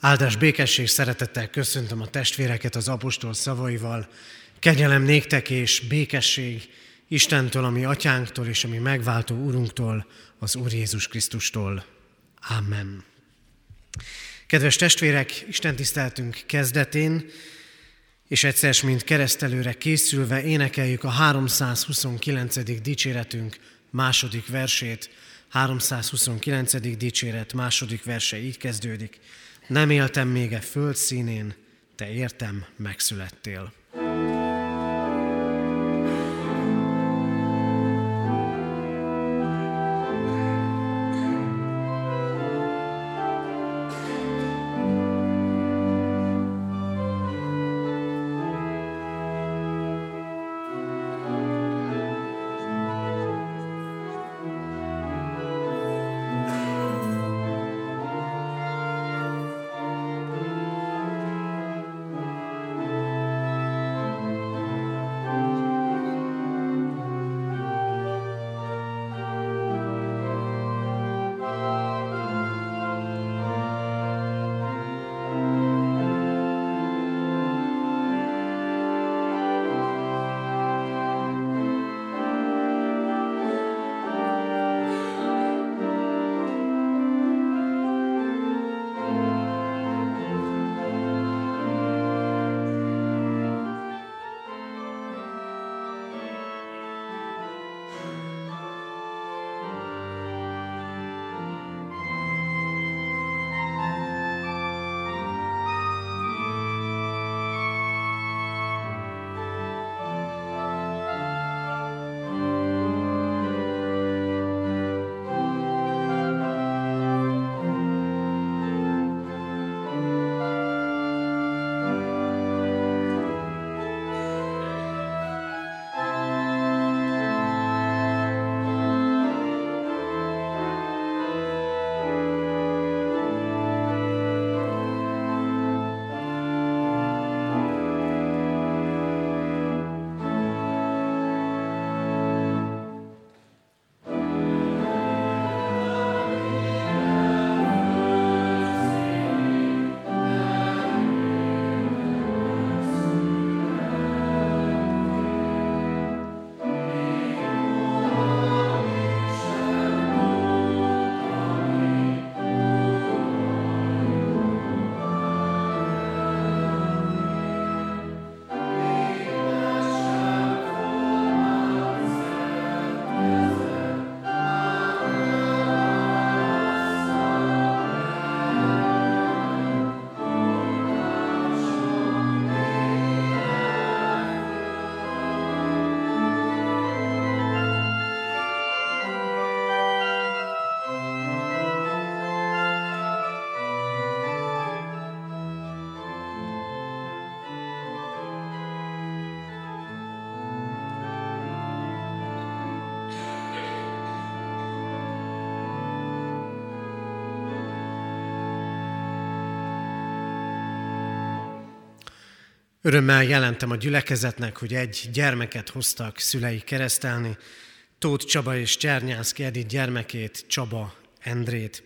Áldás, békesség, szeretettel köszöntöm a testvéreket az apostol szavaival. Kegyelem néktek és békesség Istentől, a mi atyánktól és a mi megváltó Urunktól, az Úr Jézus Krisztustól. Amen. Kedves testvérek, istentiszteletünk kezdetén, és egyszer mint keresztelőre készülve énekeljük a 329. dicséretünk második versét. 329. dicséret második verse így kezdődik. Nem éltem még e föld színén, te értem megszülettél. Örömmel jelentem a gyülekezetnek, hogy egy gyermeket hoztak szülei keresztelni, Tóth Csaba és Csernyánszky Edith gyermekét, Csaba Endrét.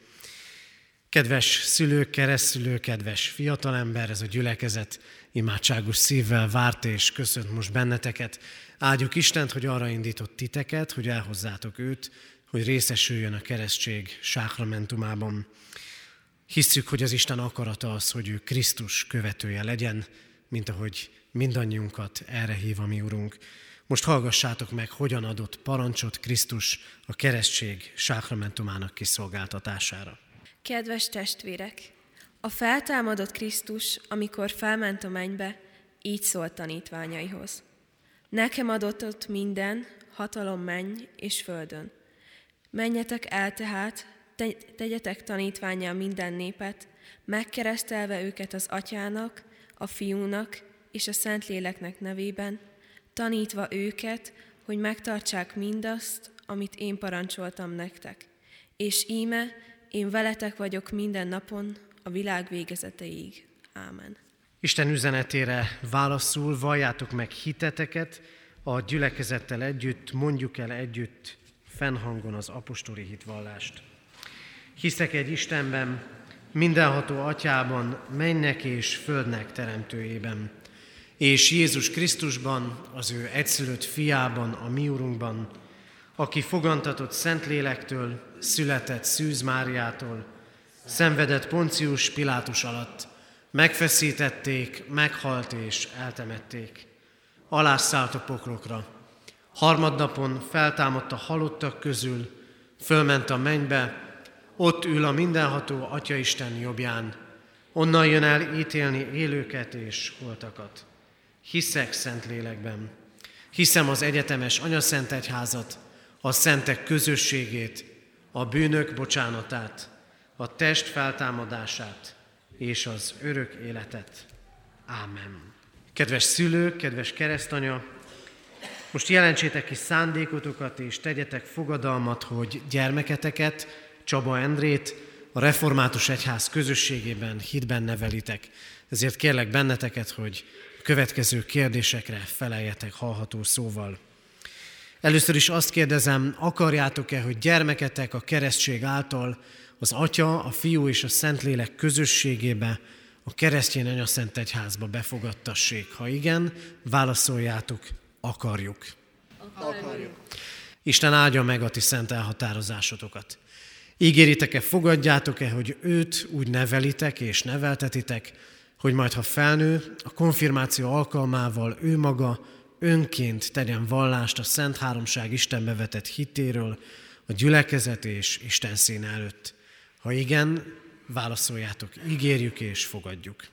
Kedves szülők, keresztszülők, kedves fiatalember, ez a gyülekezet imádságos szívvel várt és köszönt most benneteket. Áldjuk Istent, hogy arra indított titeket, hogy elhozzátok őt, hogy részesüljön a keresztség sákramentumában. Hisszük, hogy az Isten akarata az, hogy ő Krisztus követője legyen, mint ahogy mindannyiunkat erre hív a mi Urunk. Most hallgassátok meg, hogyan adott parancsot Krisztus a keresztség sákramentumának kiszolgáltatása. Kedves testvérek! A feltámadott Krisztus, amikor felment a mennybe, így szólt tanítványaihoz. Nekem adott minden, hatalom menny és földön. Menjetek el tehát, tegyetek tanítvánnyá minden népet, megkeresztelve őket az Atyának, a Fiúnak és a Szentléleknek nevében, tanítva őket, hogy megtartsák mindazt, amit én parancsoltam nektek. És íme, én veletek vagyok minden napon, a világ végezetéig. Ámen. Isten üzenetére válaszul valljátok meg hiteteket a gyülekezettel együtt, mondjuk el együtt fennhangon az apostoli hitvallást. Hiszek egy Istenben, mindenható Atyában, mennek és földnek teremtőjében, és Jézus Krisztusban, az ő egyszülött fiában, a mi Urunkban, aki fogantatott Szentlélektől, született Szűz Máriától, szenvedett Poncius Pilátus alatt, megfeszítették, meghalt és eltemették. Alászállt a poklokra. Harmadnapon feltámadt a halottak közül, fölment a mennybe, ott ül a mindenható Atyaisten jobbján. Onnan jön el ítélni élőket és holtakat. Hiszek Szentlélekben. Hiszem az egyetemes Anyaszent Egyházat, a szentek közösségét, a bűnök bocsánatát, a test feltámadását és az örök életet. Ámen. Kedves szülők, kedves keresztanya, most jelentsétek ki szándékotokat és tegyetek fogadalmat, hogy gyermeketeket, Csaba Endrét a Református Egyház közösségében, hitben nevelitek. Ezért kérlek benneteket, hogy a következő kérdésekre feleljetek hallható szóval. Először is azt kérdezem, akarjátok-e, hogy gyermeketek a keresztség által az Atya, a Fiú és a Szentlélek közösségébe, a keresztény Anyaszent Egyházba befogadtassék? Ha igen, válaszoljátok, akarjuk. Akarjuk. Isten áldja meg a ti szent elhatározásotokat. Ígéritek-e, fogadjátok-e, hogy őt úgy nevelitek és neveltetitek, hogy majd, ha felnő, a konfirmáció alkalmával ő maga önként tegyen vallást a Szent Háromság Istenbe vetett hitéről, a gyülekezet és Isten színe előtt? Ha igen, válaszoljátok, ígérjük és fogadjuk.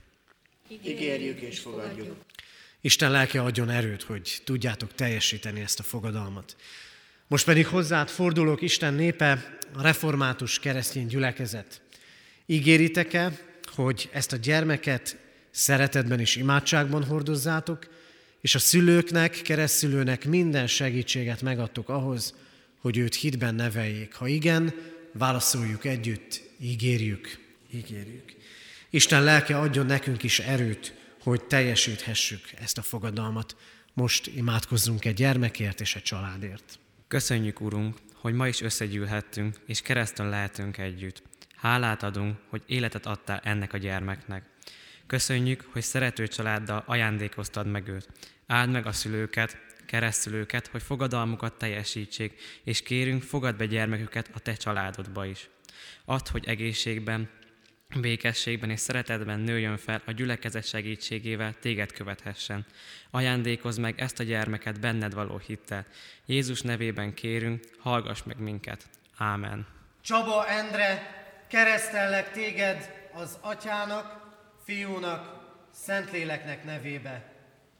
Ígérjük és fogadjuk. Isten lelke adjon erőt, hogy tudjátok teljesíteni ezt a fogadalmat. Most pedig hozzád fordulok, Isten népe, a református keresztény gyülekezet. Ígéritek-e, hogy ezt a gyermeket szeretetben és imádságban hordozzátok, és a szülőknek, keresztszülőnek minden segítséget megadtok ahhoz, hogy őt hitben neveljék? Ha igen, válaszoljuk együtt, ígérjük, ígérjük. Isten lelke adjon nekünk is erőt, hogy teljesíthessük ezt a fogadalmat. Most imádkozzunk egy gyermekért és egy családért. Köszönjük, Urunk, hogy ma is összegyűlhettünk, és keresztül lehetünk együtt. Hálát adunk, hogy életet adtál ennek a gyermeknek. Köszönjük, hogy szerető családdal ajándékoztad meg őt. Áld meg a szülőket, keresztszülőket, hogy fogadalmukat teljesítsék, és kérünk, fogadd be gyermeküket a te családodba is. Add, hogy egészségben, békességben és szeretetben nőjön fel a gyülekezet segítségével, téged követhessen. Ajándékozd meg ezt a gyermeket benned való hittel. Jézus nevében kérünk, hallgass meg minket. Ámen. Csaba Endre, keresztellek téged az Atyának, Fiúnak, Szentléleknek nevébe.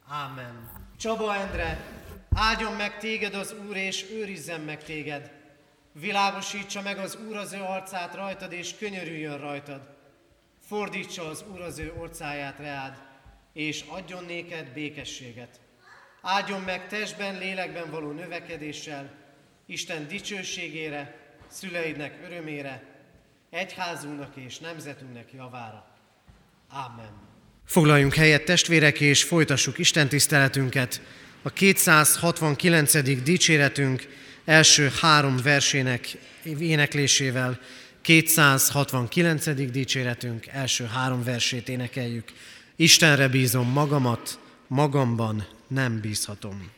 Ámen. Csaba Endre, áldjon meg téged az Úr, és őrizzen meg téged. Világosítsa meg az Úr az ő arcát rajtad, és könyörüljön rajtad. Fordítsa az Úr az ő orcáját reád, és adjon néked békességet. Áldjon meg testben, lélekben való növekedéssel, Isten dicsőségére, szüleidnek örömére, egyházunknak és nemzetünknek javára. Ámen. Foglaljunk helyet, testvérek, és folytassuk Isten tiszteletünket. A 269. dicséretünk első 3 versének éneklésével. 269. dicséretünk első 3 versét énekeljük. Istenre bízom magamat, magamban nem bízhatom.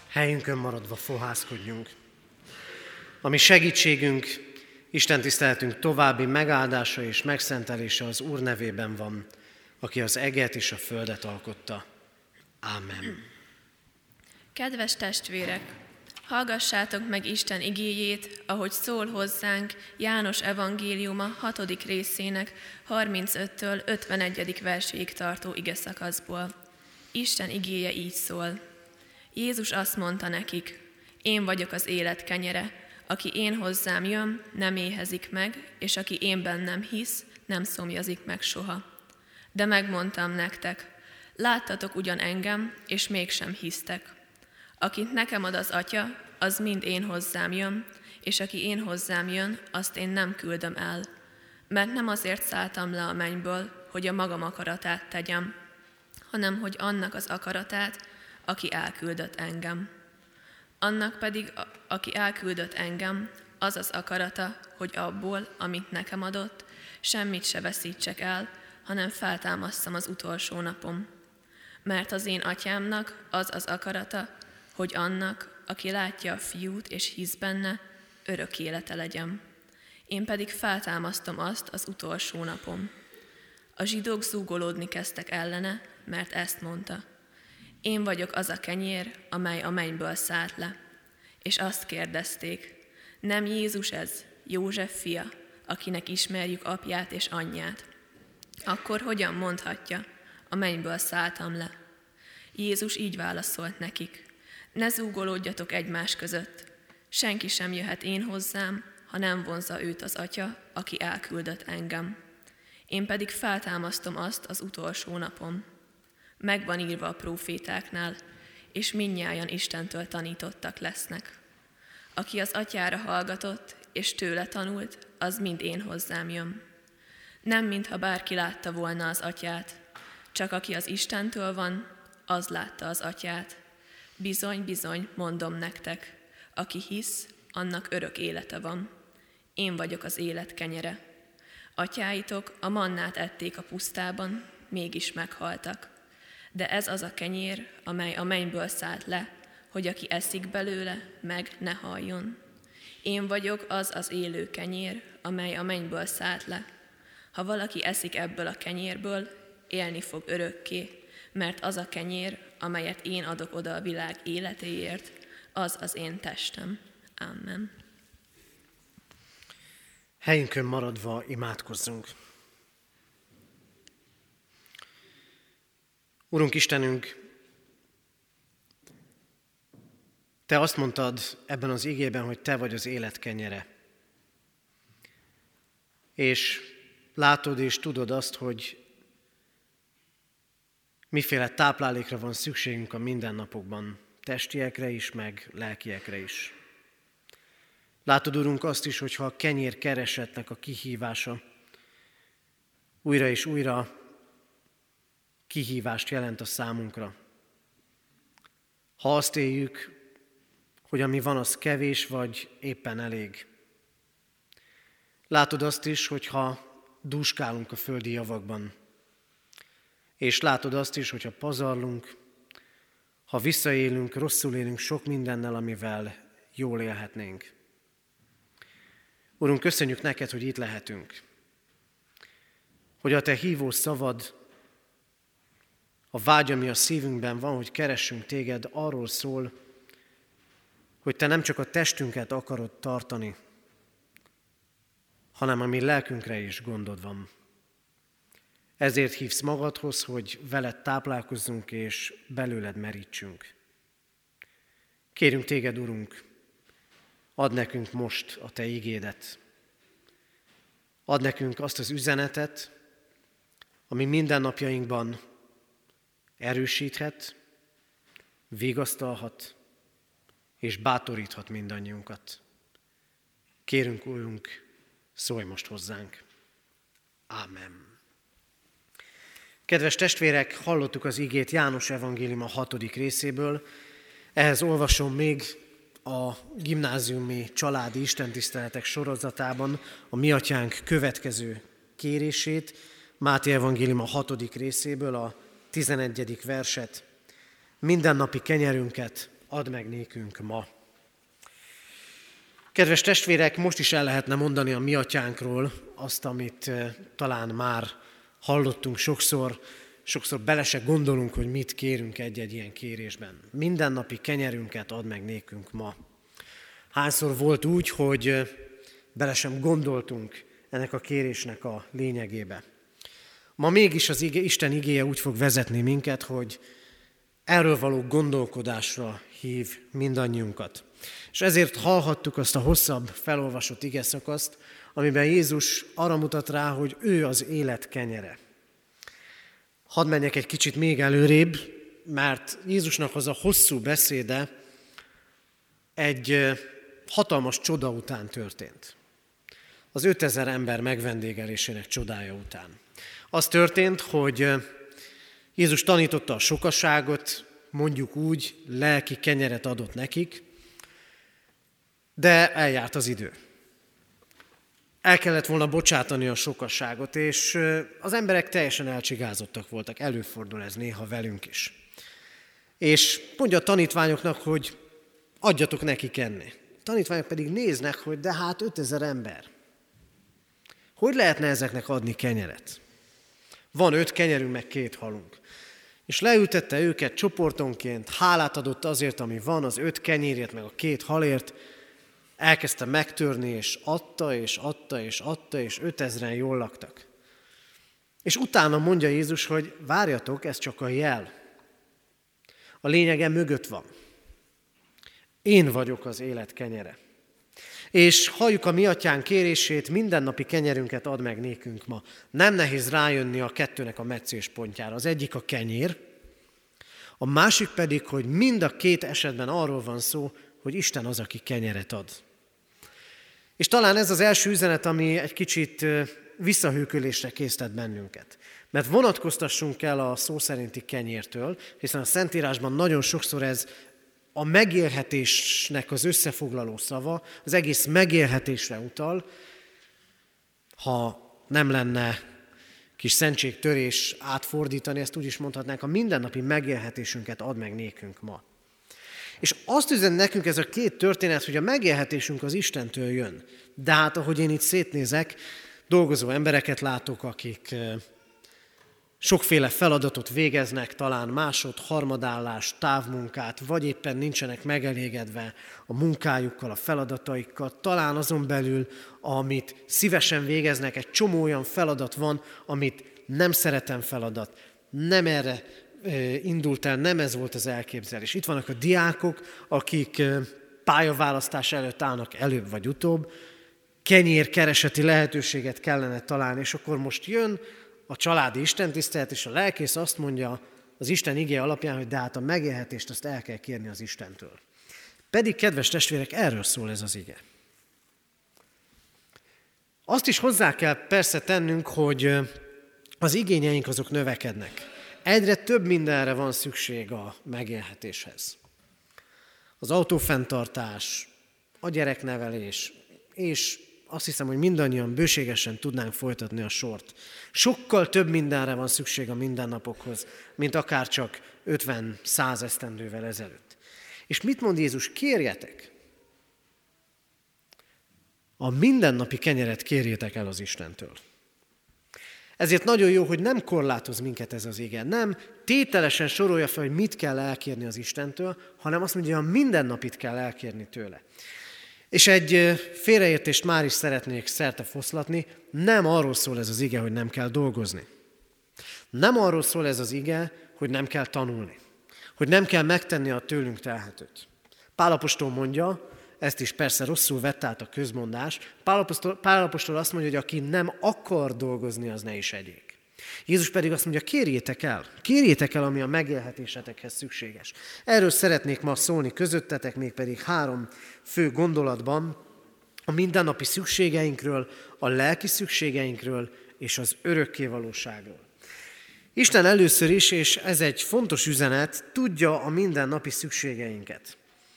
Helyünkön maradva fohászkodjunk. Ami segítségünk, Isten tiszteletünk további megáldása és megszentelése az Úr nevében van, aki az eget és a földet alkotta. Ámen. Kedves testvérek, hallgassátok meg Isten igéjét, ahogy szól hozzánk János evangéliuma 6. részének 35-től 51. verséig tartó igeszakaszból. Isten igéje így szól. Jézus azt mondta nekik, én vagyok az élet kenyere, aki én hozzám jön, nem éhezik meg, és aki én bennem hisz, nem szomjazik meg soha. De megmondtam nektek, láttatok ugyan engem, és mégsem hisztek. Akit nekem ad az Atya, az mind én hozzám jön, és aki én hozzám jön, azt én nem küldöm el. Mert nem azért szálltam le a mennyből, hogy a magam akaratát tegyem, hanem hogy annak az akaratát, aki elküldött engem. Annak pedig, aki elküldött engem, az az akarata, hogy abból, amit nekem adott, semmit se veszítsek el, hanem feltámasszam az utolsó napon. Mert az én atyámnak az az akarata, hogy annak, aki látja a fiút és hisz benne, örök élete legyen. Én pedig feltámasztom azt az utolsó napon. A zsidók zúgolódni kezdtek ellene, mert ezt mondta. Én vagyok az a kenyér, amely a mennyből szállt le. És azt kérdezték, nem Jézus ez, József fia, akinek ismerjük apját és anyját? Akkor hogyan mondhatja, a mennyből szálltam le? Jézus így válaszolt nekik, ne zúgolódjatok egymás között. Senki sem jöhet én hozzám, ha nem vonzza őt az Atya, aki elküldött engem. Én pedig feltámasztom azt az utolsó napon. Megvan írva a prófétáknál, és mindnyájan Istentől tanítottak lesznek. Aki az Atyára hallgatott, és tőle tanult, az mind én hozzám jön. Nem mintha bárki látta volna az Atyát, csak aki az Istentől van, az látta az Atyát. Bizony, bizony, mondom nektek, aki hisz, annak örök élete van. Én vagyok az élet kenyere. Atyáitok a mannát ették a pusztában, mégis meghaltak. De ez az a kenyér, amely a mennyből szállt le, hogy aki eszik belőle, meg ne haljon. Én vagyok az az élő kenyér, amely a mennyből szállt le. Ha valaki eszik ebből a kenyérből, élni fog örökké, mert az a kenyér, amelyet én adok oda a világ életéért, az az én testem. Amen. Helyünkön maradva imádkozzunk. Urunk Istenünk, Te azt mondtad ebben az igében, hogy Te vagy az élet kenyere. És látod és tudod azt, hogy miféle táplálékra van szükségünk a mindennapokban, testiekre is, meg lelkiekre is. Látod, Urunk, azt is, hogyha a kenyér keresetnek a kihívása újra és újra kihívást jelent a számunkra. Ha azt éljük, hogy ami van, az kevés, vagy éppen elég. Látod azt is, hogyha dúskálunk a földi javakban. És látod azt is, hogyha pazarlunk, ha visszaélünk, rosszul élünk sok mindennel, amivel jól élhetnénk. Urunk, köszönjük neked, hogy itt lehetünk. Hogy a Te hívó szavad, a vágy, ami a szívünkben van, hogy keressünk Téged, arról szól, hogy Te nem csak a testünket akarod tartani, hanem a mi lelkünkre is gondod van. Ezért hívsz magadhoz, hogy veled táplálkozzunk és belőled merítsünk. Kérünk Téged, Urunk, add nekünk most a Te igédet. Add nekünk azt az üzenetet, ami mindennapjainkban erősíthet, vigasztalhat és bátoríthat mindannyiunkat. Kérünk, Urunk, szólj most hozzánk. Ámen. Kedves testvérek, hallottuk az igét János evangéliuma 6. részéből. Ehhez olvasom még a gimnáziumi családi istentiszteletek sorozatában a Mi Atyánk következő kérését, Máté evangéliuma 6. részéből a 11. verset. Mindennapi kenyerünket add meg nékünk ma. Kedves testvérek, most is el lehetne mondani a mi atyánkról azt, amit talán már hallottunk sokszor bele se gondolunk, hogy mit kérünk egy-egy ilyen kérésben. Mindennapi kenyerünket add meg nékünk ma. Hányszor volt úgy, hogy bele sem gondoltunk ennek a kérésnek a lényegébe. Ma mégis az Isten igéje úgy fog vezetni minket, hogy erről való gondolkodásra hív mindannyiunkat. És ezért hallhattuk azt a hosszabb felolvasott igeszakaszt, amiben Jézus arra mutat rá, hogy ő az élet kenyere. Hadd menjek egy kicsit még előrébb, mert Jézusnak az a hosszú beszéde egy hatalmas csoda után történt. Az 5000 ember megvendégelésének csodája után. Az történt, hogy Jézus tanította a sokaságot, mondjuk úgy, lelki kenyeret adott nekik, de eljárt az idő. El kellett volna bocsátani a sokasságot, és az emberek teljesen elcsigázottak voltak. Előfordul ez néha velünk is. És mondja a tanítványoknak, hogy adjatok nekik enni. A tanítványok pedig néznek, hogy de hát 5000 ember. Hogy lehetne ezeknek adni kenyeret? Van 5 kenyerünk, meg 2 halunk. És leültette őket csoportonként, hálát adott azért, ami van, az 5 kenyérért, meg a 2 halért, elkezdte megtörni, és adta, és adta, és adta, és 5000-en jól laktak. És utána mondja Jézus, hogy várjatok, ez csak a jel. A lényege mögött van. Én vagyok az élet kenyere. És halljuk a mi atyánk kérését, mindennapi kenyerünket add meg nékünk ma. Nem nehéz rájönni a kettőnek a meccéspontjára. Az egyik a kenyér, a másik pedig, hogy mind a 2 esetben arról van szó, hogy Isten az, aki kenyeret ad. És talán ez az első üzenet, ami egy kicsit visszahőkölésre késztet bennünket. Mert vonatkoztassunk el a szó szerinti kenyértől, hiszen a Szentírásban nagyon sokszor ez a megélhetésnek az összefoglaló szava, az egész megélhetésre utal. Ha nem lenne kis szentségtörés átfordítani, ezt úgy is mondhatnánk, a mindennapi megélhetésünket add meg nékünk ma. És azt üzen nekünk ez a 2 történet, hogy a megélhetésünk az Istentől jön. De hát, ahogy én itt szétnézek, dolgozó embereket látok, akik sokféle feladatot végeznek, talán harmadállás, távmunkát, vagy éppen nincsenek megelégedve a munkájukkal, a feladataikkal. Talán azon belül, amit szívesen végeznek, egy csomó olyan feladat van, amit nem szeretem feladat, nem erre indult el, nem ez volt az elképzelés. Itt vannak a diákok, akik pályaválasztás előtt állnak előbb vagy utóbb, kenyérkereseti lehetőséget kellene találni, és akkor most jön a családi istentisztelet, és a lelkész azt mondja az Isten igéje alapján, hogy de hát a megélhetést azt el kell kérni az Istentől. Pedig, kedves testvérek, erről szól ez az ige. Azt is hozzá kell persze tennünk, hogy az igényeink azok növekednek. Egyre több mindenre van szükség a megélhetéshez. Az autófenntartás, a gyereknevelés, és azt hiszem, hogy mindannyian bőségesen tudnánk folytatni a sort. Sokkal több mindenre van szükség a mindennapokhoz, mint akár csak 50-100 esztendővel ezelőtt. És mit mond Jézus? Kérjetek! A mindennapi kenyeret kérjétek el az Istentől. Ezért nagyon jó, hogy nem korlátoz minket ez az ige. Nem tételesen sorolja fel, hogy mit kell elkérni az Istentől, hanem azt mondja, hogy a mindennapit kell elkérni tőle. És egy félreértést már is szeretnék szertefoszlatni, nem arról szól ez az ige, hogy nem kell dolgozni. Nem arról szól ez az ige, hogy nem kell tanulni, hogy nem kell megtenni a tőlünk telhetőt. Pál apostol mondja, ezt is persze rosszul vett át a közmondás, Pál apostol azt mondja, hogy aki nem akar dolgozni, az ne is egyék. Jézus pedig azt mondja, kérjétek el, ami a megélhetésetekhez szükséges. Erről szeretnék ma szólni közöttetek, mégpedig 3 fő gondolatban, a mindennapi szükségeinkről, a lelki szükségeinkről és az örökkévalóságról. Isten először is, és ez egy fontos üzenet, tudja a mindennapi szükségeinket.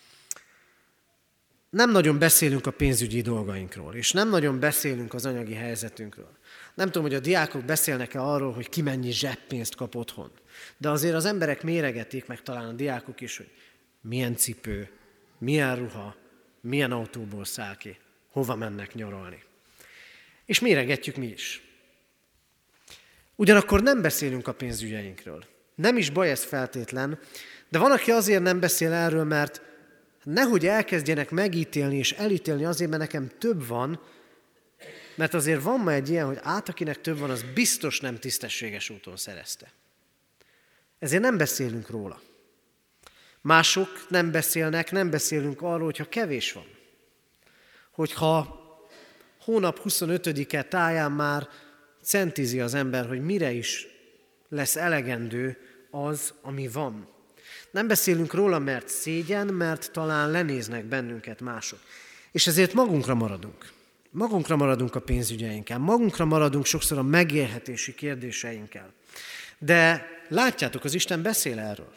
Nem nagyon beszélünk a pénzügyi dolgainkról, és nem nagyon beszélünk az anyagi helyzetünkről. Nem tudom, hogy a diákok beszélnek-e arról, hogy ki mennyi zseppénzt kap otthon. De azért az emberek méregetik, meg talán a diákok is, hogy milyen cipő, milyen ruha, milyen autóból száll ki, hova mennek nyaralni. És méregetjük mi is. Ugyanakkor nem beszélünk a pénzügyeinkről. Nem is baj ez feltétlen, de van, aki azért nem beszél erről, mert nehogy elkezdjenek megítélni és elítélni azért, mert nekem több van, mert azért van ma egy ilyen, hogy akinek több van, az biztos nem tisztességes úton szerezte. Ezért nem beszélünk róla. Mások nem beszélünk arról, hogyha kevés van. Hogyha hónap 25-e táján már centizi az ember, hogy mire is lesz elegendő az, ami van. Nem beszélünk róla, mert szégyen, mert talán lenéznek bennünket mások. És ezért magunkra maradunk. Magunkra maradunk a pénzügyeinkkel, magunkra maradunk sokszor a megélhetési kérdéseinkkel. De látjátok, az Isten beszél erről.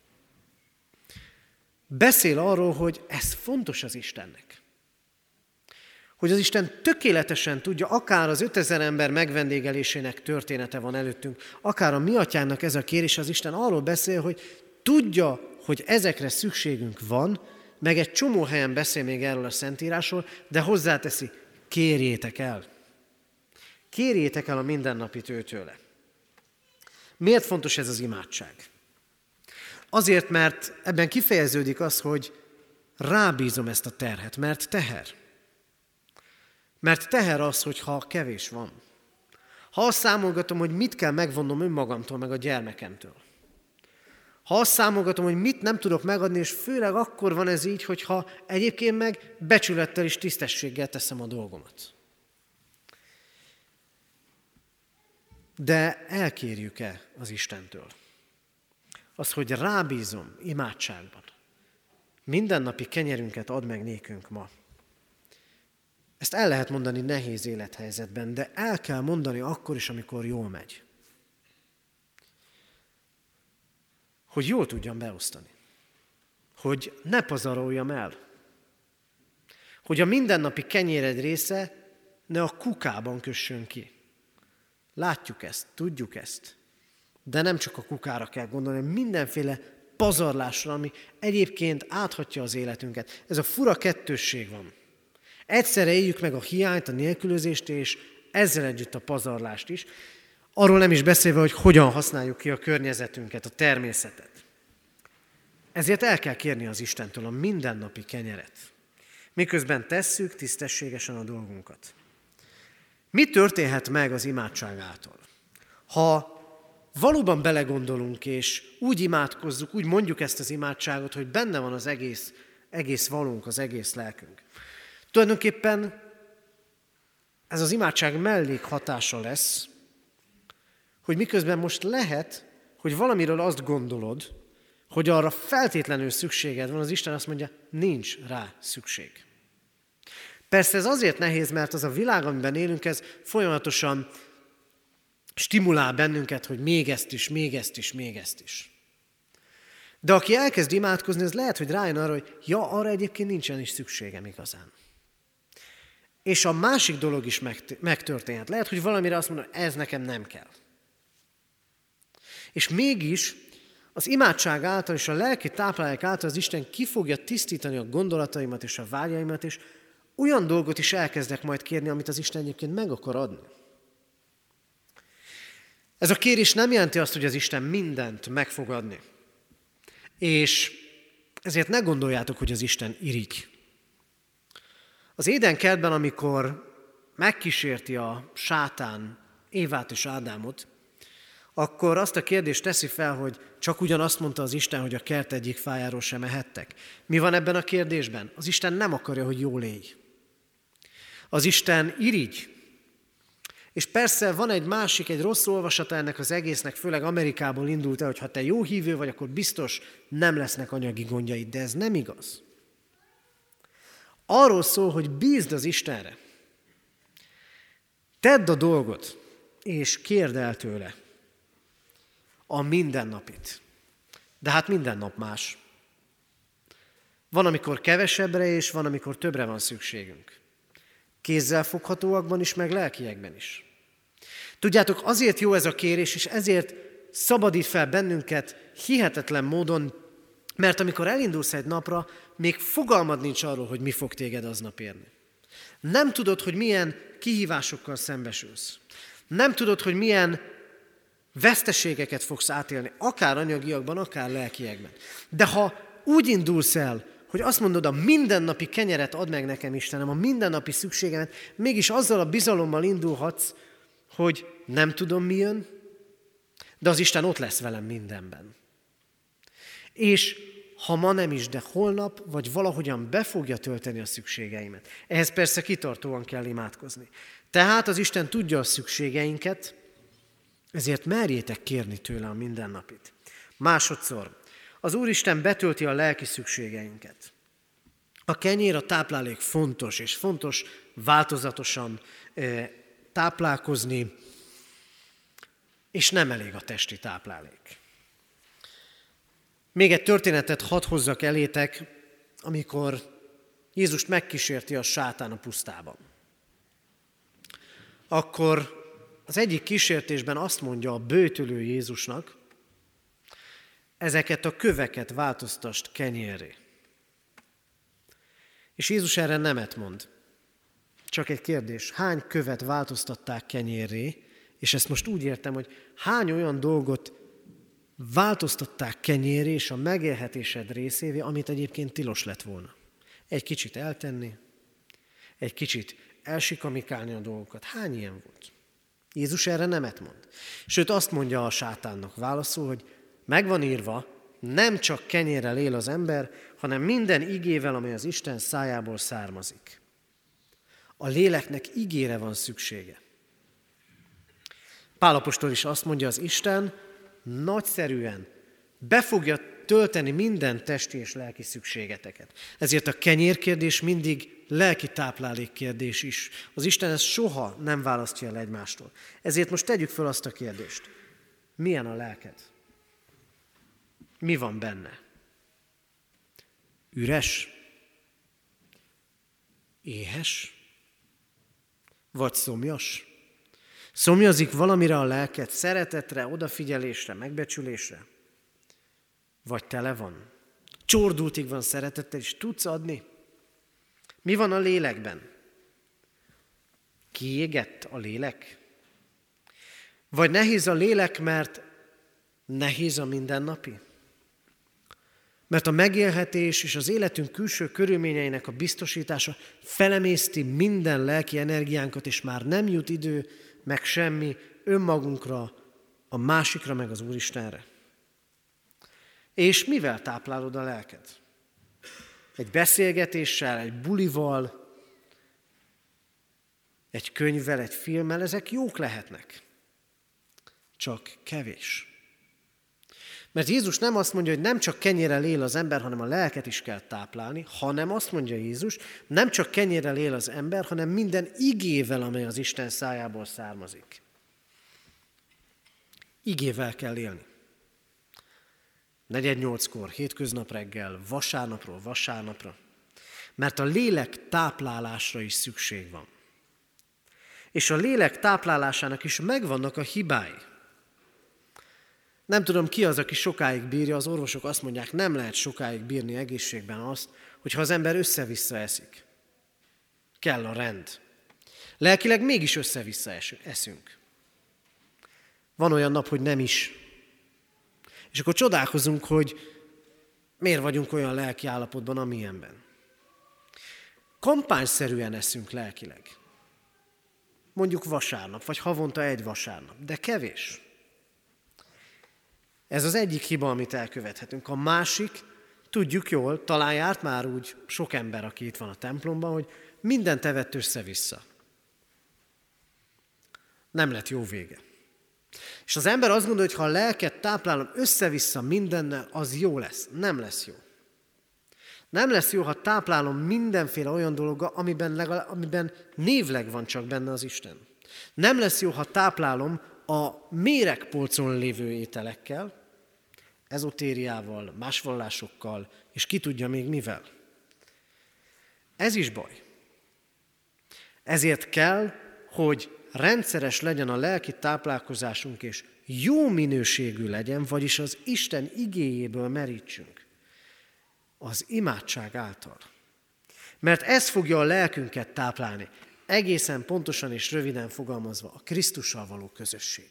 Beszél arról, hogy ez fontos az Istennek. Hogy az Isten tökéletesen tudja, akár az 5000 ember megvendégelésének története van előttünk, akár a mi atyának ez a kérés, az Isten arról beszél, hogy tudja, hogy ezekre szükségünk van, meg egy csomó helyen beszél még erről a Szentírásról, de hozzáteszi, kérjétek el. Kérjétek el a mindennapit őtőle. Miért fontos ez az imádság? Azért, mert ebben kifejeződik az, hogy rábízom ezt a terhet, mert teher. Mert teher az, hogyha kevés van. Ha azt számolgatom, hogy mit kell megvonnom önmagamtól, meg a gyermekemtől. Ha azt számolgatom, hogy mit nem tudok megadni, és főleg akkor van ez így, hogyha egyébként meg becsülettel és tisztességgel teszem a dolgomat. De elkérjük-e az Istentől? Az, hogy rábízom imádságban. Mindennapi kenyerünket add meg nékünk ma. Ezt el lehet mondani nehéz élethelyzetben, de el kell mondani akkor is, amikor jól megy. Hogy jól tudjam beosztani. Hogy ne pazaroljam el. Hogy a mindennapi kenyér egy része ne a kukában kössön ki. Látjuk ezt, tudjuk ezt. De nem csak a kukára kell gondolni, hanem mindenféle pazarlásra, ami egyébként áthatja az életünket. Ez a fura kettősség van. Egyszerre éljük meg a hiányt, a nélkülözést, és ezzel együtt a pazarlást is. Arról nem is beszélve, hogy hogyan használjuk ki a környezetünket, a természetet. Ezért el kell kérni az Istentől a mindennapi kenyeret. Miközben tesszük tisztességesen a dolgunkat. Mi történhet meg az imádság által? Ha valóban belegondolunk, és úgy imádkozzuk, úgy mondjuk ezt az imádságot, hogy benne van az egész valónk, az egész lelkünk. Tulajdonképpen ez az imádság mellékhatása lesz, hogy miközben most lehet, hogy valamiről azt gondolod, hogy arra feltétlenül szükséged van, az Isten azt mondja, nincs rá szükség. Persze ez azért nehéz, mert az a világ, amiben élünk, ez folyamatosan stimulál bennünket, hogy még ezt is, még ezt is, még ezt is. De aki elkezd imádkozni, az lehet, hogy rájön arra, hogy ja, arra egyébként nincsen is szükségem igazán. És a másik dolog is megtörténhet. Lehet, hogy valamire azt mondom, ez nekem nem kell. És mégis az imádság által és a lelki táplálék által az Isten ki fogja tisztítani a gondolataimat és a vágyaimat, és olyan dolgot is elkezdek majd kérni, amit az Isten egyébként meg akar adni. Ez a kérés nem jelenti azt, hogy az Isten mindent meg fog adni. És ezért ne gondoljátok, hogy az Isten irigy. Az Édenkertben, amikor megkísérti a sátán Évát és Ádámot, akkor azt a kérdést teszi fel, hogy csak ugyanazt mondta az Isten, hogy a kert egyik fájáról sem ehettek. Mi van ebben a kérdésben? Az Isten nem akarja, hogy jól élj. Az Isten irigy. És persze van egy rossz olvasata ennek az egésznek, főleg Amerikából indult el, hogy ha te jó hívő vagy, akkor biztos nem lesznek anyagi gondjaid, de ez nem igaz. Arról szól, hogy bízd az Istenre. Tedd a dolgot, és kérd el tőle a mindennapit. De hát minden nap más. Van, amikor kevesebbre, és van, amikor többre van szükségünk. Kézzelfoghatóakban is, meg lelkiekben is. Tudjátok, azért jó ez a kérés, és ezért szabadít fel bennünket hihetetlen módon Mert amikor elindulsz egy napra, még fogalmad nincs arról, hogy mi fog téged aznap érni. Nem tudod, hogy milyen kihívásokkal szembesülsz. Nem tudod, hogy milyen veszteségeket fogsz átélni, akár anyagiakban, akár lelkiekben. De ha úgy indulsz el, hogy azt mondod, a mindennapi kenyeret add meg nekem, Istenem, a mindennapi szükségemet, mégis azzal a bizalommal indulhatsz, hogy nem tudom, mi jön, de az Isten ott lesz velem mindenben. És ha ma nem is, de holnap, vagy valahogyan be fogja tölteni a szükségeimet. Ehhez persze kitartóan kell imádkozni. Tehát az Isten tudja a szükségeinket, ezért merjétek kérni tőle a mindennapit. Másodszor, az Úristen betölti a lelki szükségeinket. A kenyér, a táplálék fontos, és fontos változatosan táplálkozni, és nem elég a testi táplálék. Még egy történetet hadd hozzak elétek, amikor Jézust megkísérti a sátán a pusztában. Akkor az egyik kísértésben azt mondja a böjtölő Jézusnak, ezeket a köveket változtasd kenyérré. És Jézus erre nemet mond. Csak egy kérdés, hány követ változtatták kenyérré, és ezt most úgy értem, hogy hány olyan dolgot változtatták kenyérré és a megélhetésed részévé, amit egyébként tilos lett volna. Egy kicsit eltenni, egy kicsit elsikamikálni a dolgokat. Hány ilyen volt? Jézus erre nemet mond. Sőt, azt mondja a sátánnak válaszul, hogy megvan írva, nem csak kenyérrel él az ember, hanem minden igével, amely az Isten szájából származik. A léleknek igére van szüksége. Pál apostol is azt mondja, az Isten nagyszerűen be fogja tölteni minden testi és lelki szükségeteket. Ezért a kenyérkérdés mindig lelki táplálék kérdés is. Az Isten ezt soha nem választja el egymástól. Ezért most tegyük föl azt a kérdést. Milyen a lelked? Mi van benne? Üres? Éhes? Vagy szomjas? Szomjazik valamire a lelked, szeretetre, odafigyelésre, megbecsülésre? Vagy tele van? Csordultig van szeretettel, és tudsz adni? Mi van a lélekben? Kiégett a lélek? Vagy nehéz a lélek, mert nehéz a mindennapi? Mert a megélhetés és az életünk külső körülményeinek a biztosítása felemészti minden lelki energiánkat, és már nem jut idő, meg semmi önmagunkra, a másikra, meg az Úristenre. És mivel táplálod a lelked? Egy beszélgetéssel, egy bulival, egy könyvvel, egy filmmel, ezek jók lehetnek. Csak kevés. Mert Jézus nem azt mondja, hogy nem csak kenyérrel él az ember, hanem a lelket is kell táplálni, hanem azt mondja Jézus, nem csak kenyérrel él az ember, hanem minden igével, amely az Isten szájából származik. Igével kell élni. 4:08-kor, hétköznap reggel, vasárnapról vasárnapra. Mert a lélek táplálásra is szükség van. És a lélek táplálásának is megvannak a hibái. Nem tudom, ki az, aki sokáig bírja, az orvosok azt mondják, nem lehet sokáig bírni egészségben azt, hogyha az ember össze-vissza eszik. Kell a rend. Lelkileg mégis össze-vissza eszünk. Van olyan nap, hogy nem is. És akkor csodálkozunk, hogy miért vagyunk olyan lelki állapotban, amilyenben. Kampányszerűen eszünk lelkileg. Mondjuk vasárnap, vagy havonta egy vasárnap, de kevés. Ez az egyik hiba, amit elkövethetünk. A másik, tudjuk jól, talán járt már úgy sok ember, aki itt van a templomban, hogy mindent evett össze-vissza. Nem lett jó vége. És az ember azt gondolja, hogy ha a lelket táplálom össze-vissza mindennel, az jó lesz. Nem lesz jó. Nem lesz jó, ha táplálom mindenféle olyan dologgal, amiben névleg van csak benne az Isten. Nem lesz jó, ha táplálom a méregpolcon lévő ételekkel, ezotériával, más vallásokkal, és ki tudja még mivel. Ez is baj. Ezért kell, hogy rendszeres legyen a lelki táplálkozásunk, és jó minőségű legyen, vagyis az Isten igéjéből merítsünk. az imádság által. Mert ez fogja a lelkünket táplálni, egészen pontosan és röviden fogalmazva a Krisztussal való közösség.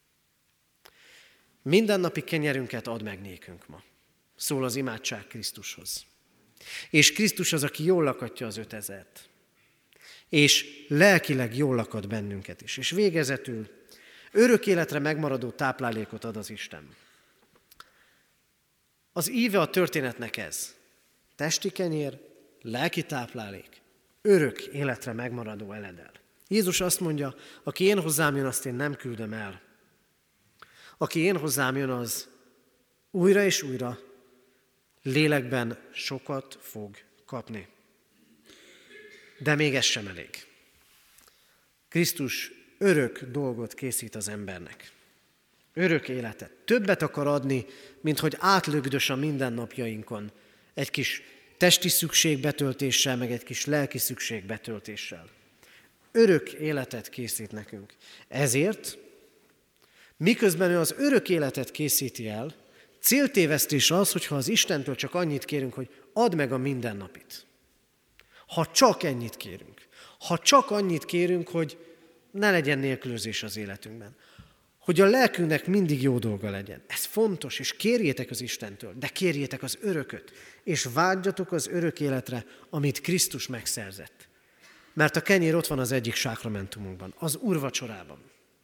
Mindennapi kenyerünket add meg nékünk ma, szól az imádság Krisztushoz. És Krisztus az, aki jól lakatja az 5000-t. És lelkileg jól lakat bennünket is. És végezetül örök életre megmaradó táplálékot ad az Isten. Az íve a történetnek ez. Testi kenyér, lelki táplálék, örök életre megmaradó eledel. Jézus azt mondja, aki én hozzám jön, azt én nem küldöm el. Aki én hozzám jön, az újra és újra lélekben sokat fog kapni. De még ez sem elég. Krisztus örök dolgot készít az embernek. Örök életet. Többet akar adni, mint hogy átlögdös a mindennapjainkon. Egy kis testi szükségbetöltéssel, meg egy kis lelki szükségbetöltéssel. Örök életet készít nekünk. Ezért, miközben ő az örök életet készíti el, céltévesztés az, hogyha az Istentől csak annyit kérünk, hogy add meg a mindennapit. Ha csak ennyit kérünk. Ha csak annyit kérünk, hogy ne legyen nélkülözés az életünkben. Hogy a lelkünknek mindig jó dolga legyen. Ez fontos, és kérjétek az Istentől, de kérjétek az örököt, és vágyjatok az örök életre, amit Krisztus megszerzett. Mert a kenyér ott van az egyik sákramentumunkban, az úrvacsorában.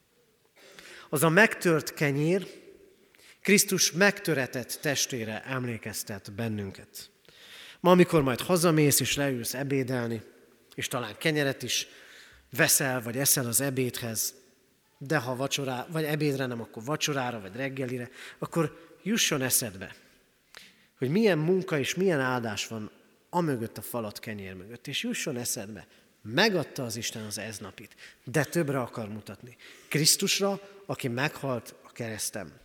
Az a megtört kenyér Krisztus megtöretett testére emlékeztet bennünket. Ma, amikor majd hazamész és leülsz ebédelni, és talán kenyeret is veszel, vagy eszel az ebédhez, de ha vagy ebédre nem, akkor vacsorára, vagy reggelire, akkor jusson eszedbe, hogy milyen munka és milyen áldás van amögött a falat kenyér mögött, és jusson eszedbe, megadta az Isten az eznapit, de többre akar mutatni. Krisztusra, aki meghalt a kereszten.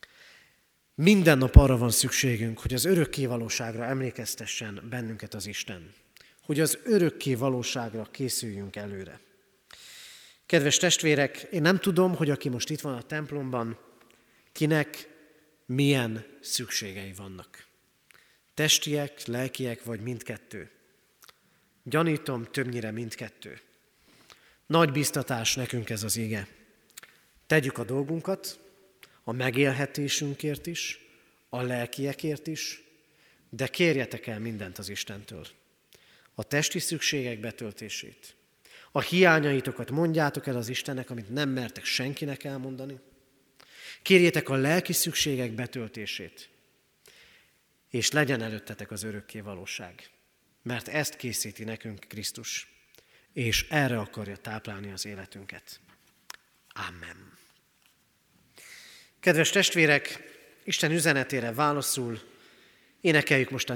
Minden nap arra van szükségünk, hogy az örökké valóságra emlékeztessen bennünket az Isten. Hogy az örökké valóságra készüljünk előre. Kedves testvérek, én nem tudom, hogy aki most itt van a templomban, kinek milyen szükségei vannak. Testiek, lelkiek vagy mindkettő. Gyanítom, többnyire mindkettő. Nagy biztatás nekünk ez az ige. Tegyük a dolgunkat, a megélhetésünkért is, a lelkiekért is, de kérjetek el mindent az Istentől. A testi szükségek betöltését. A hiányaitokat mondjátok el az Istennek, amit nem mertek senkinek elmondani. Kérjétek a lelki szükségek betöltését, és legyen előttetek az örökké valóság. Mert ezt készíti nekünk Krisztus, és erre akarja táplálni az életünket. Amen. Kedves testvérek, Isten üzenetére válaszul énekeljük most a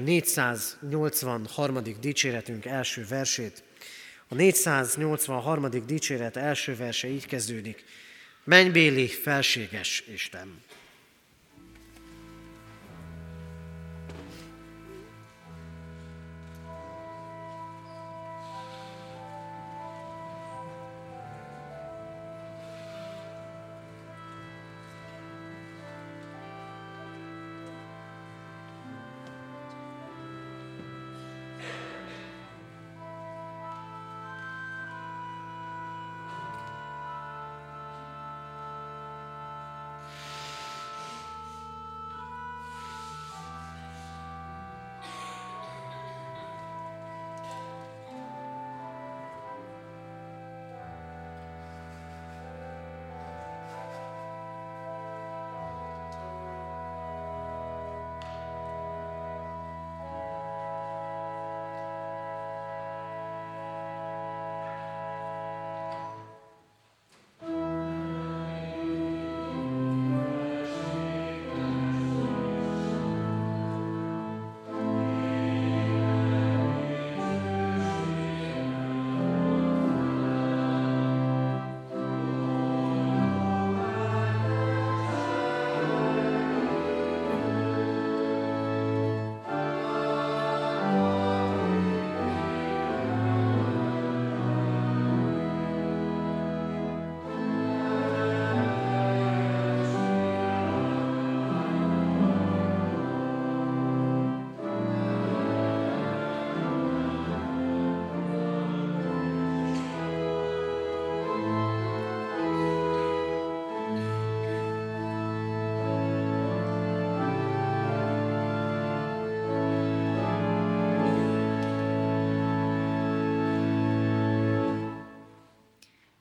483. dicséretünk első versét. A 483. dicséret első verse így kezdődik. Mennybéli felséges Isten!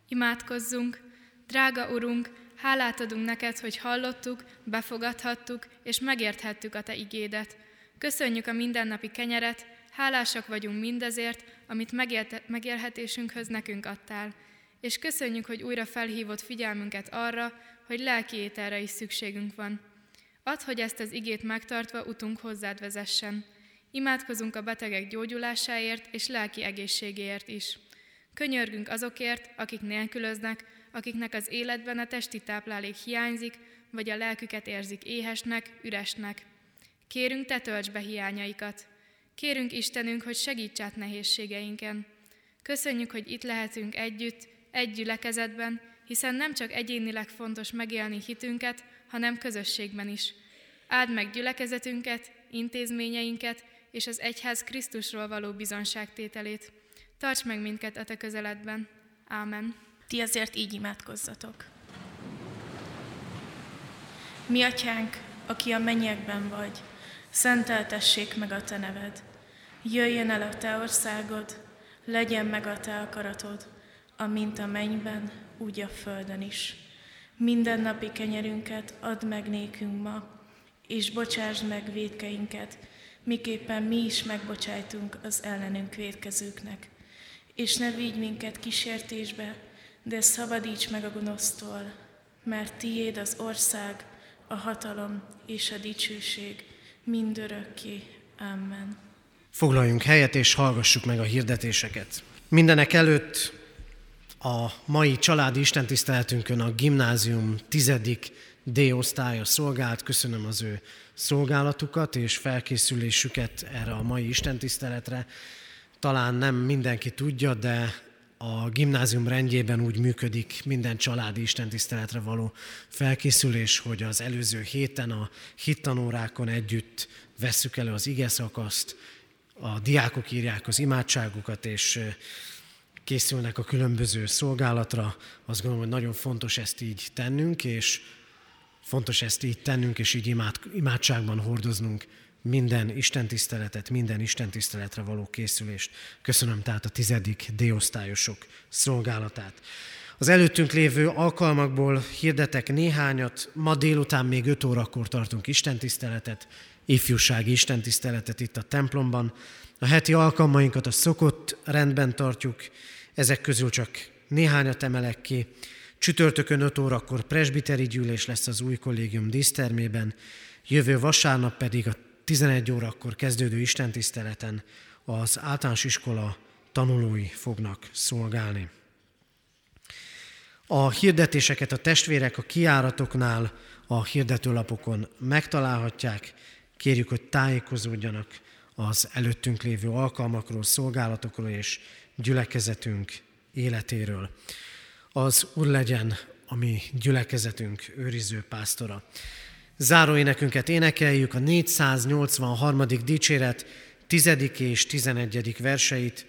Imádkozzunk! Drága Urunk, hálát adunk neked, hogy hallottuk, befogadhattuk és megérthettük a te igédet. Köszönjük a mindennapi kenyeret, hálásak vagyunk mindezért, amit megélhetésünkhöz nekünk adtál. És köszönjük, hogy újra felhívod figyelmünket arra, hogy lelki ételre is szükségünk van. Add, hogy ezt az igét megtartva utunk hozzád vezessen. Imádkozunk a betegek gyógyulásáért és lelki egészségéért is. Könyörgünk azokért, akik nélkülöznek, akiknek az életben a testi táplálék hiányzik, vagy a lelküket érzik éhesnek, üresnek. Kérünk, te töltsd be hiányaikat. Kérünk Istenünk, hogy segíts át nehézségeinken. Köszönjük, hogy itt lehetünk együtt, egy gyülekezetben, hiszen nem csak egyénileg fontos megélni hitünket, hanem közösségben is. Áld meg gyülekezetünket, intézményeinket és az egyház Krisztusról való bizonságtételét. Tarts meg minket a te közeledben. Ámen. Ti azért így imádkozzatok. Mi atyánk, aki a mennyekben vagy, szenteltessék meg a te neved. Jöjjön el a te országod, legyen meg a te akaratod, amint a mennyben, úgy a földön is. Mindennapi kenyerünket add meg nékünk ma, és bocsásd meg vétkeinket, miképpen mi is megbocsájtunk az ellenünk vétkezőknek. És ne vigy minket kísértésbe, de szabadíts meg a gonosztól, mert tiéd az ország, a hatalom és a dicsőség mindörökké. Amen. Foglaljunk helyet és hallgassuk meg a hirdetéseket. Mindenek előtt a mai családi istentiszteletünkön a gimnázium 10. D-osztálya szolgált. Köszönöm az ő szolgálatukat és felkészülésüket erre a mai istentiszteletre. Talán nem mindenki tudja, de a gimnázium rendjében úgy működik minden családi istentiszteletre való felkészülés, hogy az előző héten a hittanórákon együtt vesszük elő az igeszakaszt, a diákok írják az imádságukat, és készülnek a különböző szolgálatra. Azt gondolom, hogy nagyon fontos ezt így tennünk, és így imádságban hordoznunk minden istentiszteletet, minden istentiszteletre való készülést. Köszönöm tehát a 10. D-osztályosok szolgálatát. Az előttünk lévő alkalmakból hirdetek néhányat. Ma délután még 5 órakor tartunk istentiszteletet, ifjúsági istentiszteletet itt a templomban. A heti alkalmainkat a szokott rendben tartjuk, ezek közül csak néhányat emelek ki. Csütörtökön 5 órakor presbiteri gyűlés lesz az új kollégium dísztermében, jövő vasárnap pedig a 11 órakor kezdődő istentiszteleten az általános iskola tanulói fognak szolgálni. A hirdetéseket a testvérek a kijáratoknál, a hirdetőlapokon megtalálhatják. Kérjük, hogy tájékozódjanak az előttünk lévő alkalmakról, szolgálatokról és gyülekezetünk életéről. Az Úr legyen a mi gyülekezetünk őriző pásztora. Záróénekünket énekeljük, a 483. dicséret 10. és 11. verseit.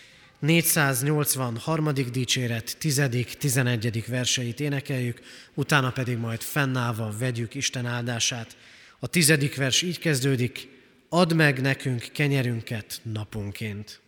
483. dicséret 10. 11. verseit énekeljük, utána pedig majd fennállva vegyük Isten áldását. A 10. vers így kezdődik: add meg nekünk kenyerünket naponként.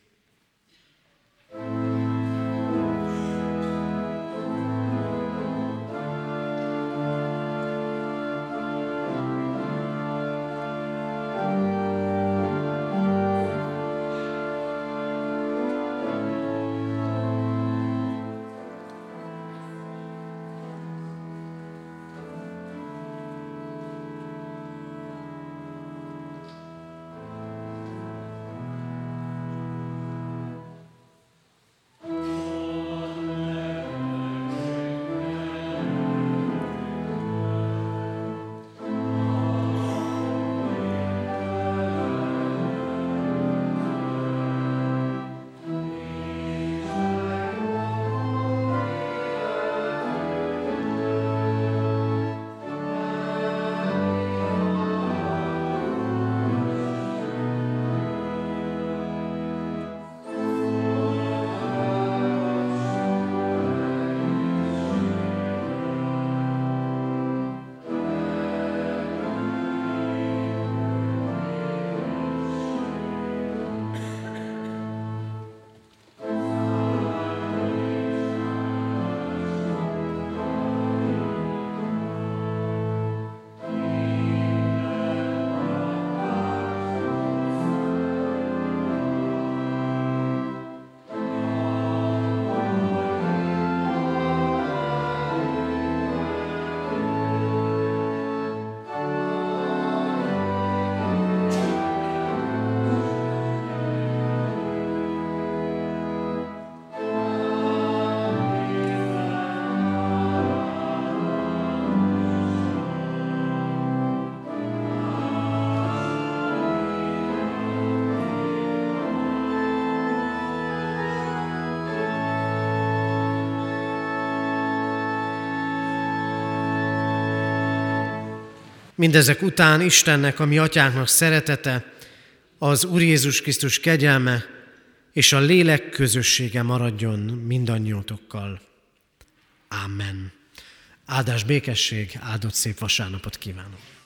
Mindezek után Istennek, a mi atyánknak szeretete, az Úr Jézus Krisztus kegyelme és a lélek közössége maradjon mindannyiótokkal. Amen. Áldás, békesség, áldott szép vasárnapot kívánok!